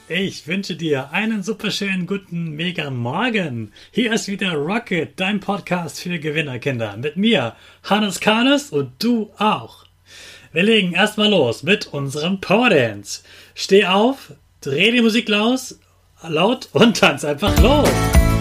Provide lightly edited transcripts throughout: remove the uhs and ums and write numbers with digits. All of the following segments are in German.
Ich wünsche dir einen superschönen guten Mega Morgen. Hier ist wieder Rocket, dein Podcast für Gewinnerkinder. Mit mir, Hannes Karnes und du auch. Wir legen erstmal los mit unserem Power Dance. Steh auf, dreh die Musik laut und tanz einfach los.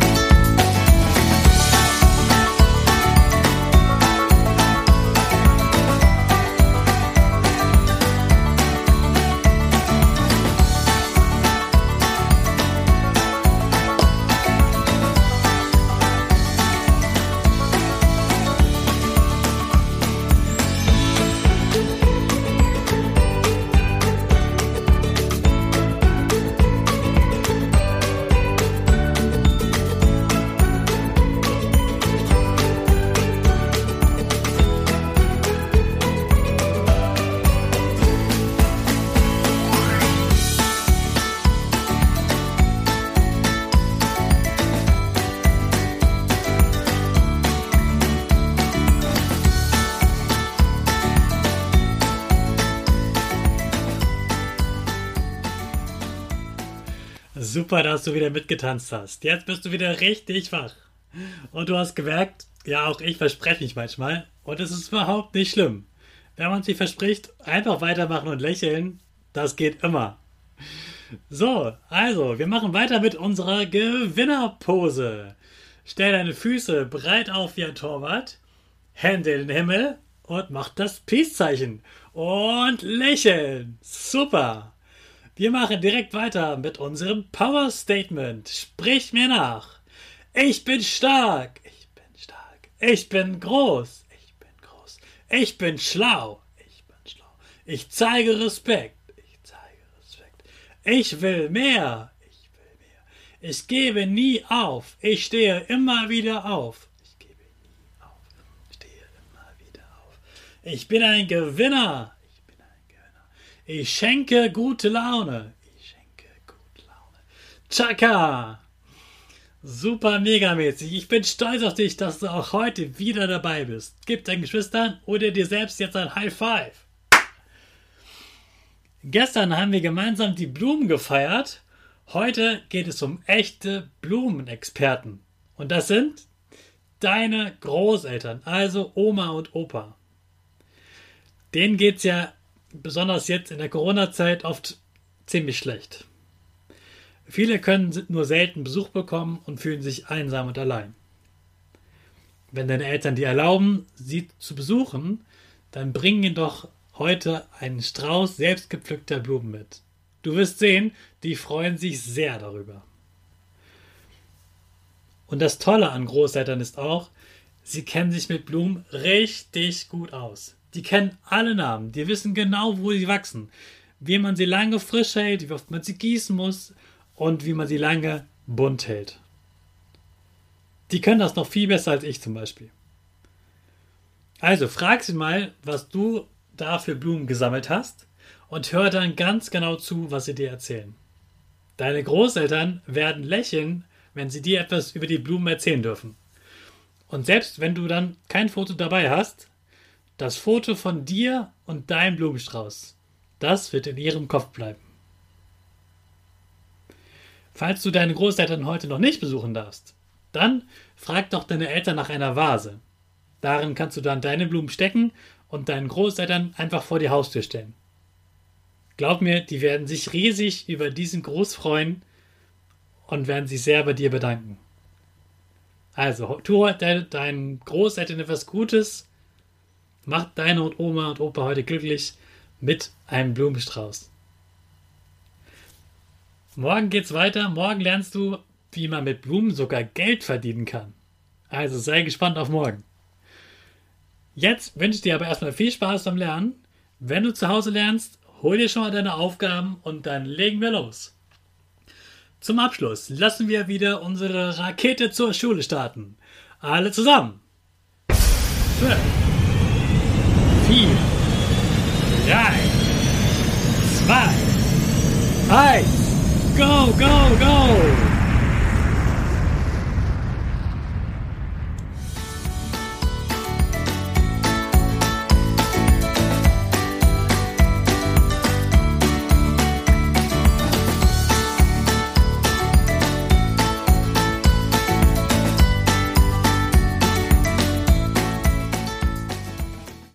Super, dass du wieder mitgetanzt hast. Jetzt bist du wieder richtig wach. Und du hast gemerkt, ja, auch ich verspreche mich manchmal. Und es ist überhaupt nicht schlimm. Wenn man sich verspricht, einfach weitermachen und lächeln, das geht immer. So, also, wir machen weiter mit unserer Gewinnerpose. Stell deine Füße breit auf wie ein Torwart, Hände in den Himmel und mach das Peace-Zeichen. Und lächeln. Super. Wir machen direkt weiter mit unserem Power Statement. Sprich mir nach. Ich bin stark. Ich bin stark. Ich bin groß. Ich bin groß. Ich bin schlau. Ich bin schlau. Ich zeige Respekt. Ich zeige Respekt. Ich will mehr. Ich will mehr. Ich gebe nie auf. Ich stehe immer wieder auf. Ich gebe nie auf. Ich stehe immer wieder auf. Ich bin ein Gewinner. Ich schenke gute Laune. Ich schenke gute Laune. Chaka! Super megamäßig. Ich bin stolz auf dich, dass du auch heute wieder dabei bist. Gib deinen Geschwistern oder dir selbst jetzt ein High Five. Gestern haben wir gemeinsam die Blumen gefeiert. Heute geht es um echte Blumenexperten. Und das sind deine Großeltern, also Oma und Opa. Denen geht's ja besonders jetzt in der Corona-Zeit oft ziemlich schlecht. Viele können nur selten Besuch bekommen und fühlen sich einsam und allein. Wenn deine Eltern dir erlauben, sie zu besuchen, dann bring ihnen doch heute einen Strauß selbstgepflückter Blumen mit. Du wirst sehen, die freuen sich sehr darüber. Und das Tolle an Großeltern ist auch, sie kennen sich mit Blumen richtig gut aus. Die kennen alle Namen, die wissen genau, wo sie wachsen, wie man sie lange frisch hält, wie oft man sie gießen muss und wie man sie lange bunt hält. Die können das noch viel besser als ich zum Beispiel. Also frag sie mal, was du da für Blumen gesammelt hast und hör dann ganz genau zu, was sie dir erzählen. Deine Großeltern werden lächeln, wenn sie dir etwas über die Blumen erzählen dürfen. Und selbst wenn du dann kein Foto dabei hast, das Foto von dir und deinem Blumenstrauß, das wird in ihrem Kopf bleiben. Falls du deine Großeltern heute noch nicht besuchen darfst, dann frag doch deine Eltern nach einer Vase. Darin kannst du dann deine Blumen stecken und deinen Großeltern einfach vor die Haustür stellen. Glaub mir, die werden sich riesig über diesen Gruß freuen und werden sich sehr bei dir bedanken. Also, tu heute deinen Großeltern etwas Gutes. Mach deine Oma und Opa heute glücklich mit einem Blumenstrauß. Morgen geht's weiter. Morgen lernst du, wie man mit Blumen sogar Geld verdienen kann. Also sei gespannt auf morgen. Jetzt wünsche ich dir aber erstmal viel Spaß beim Lernen. Wenn du zu Hause lernst, hol dir schon mal deine Aufgaben und dann legen wir los. Zum Abschluss lassen wir wieder unsere Rakete zur Schule starten. Alle zusammen. 5, 4, 3, 2, 1, go, go, go!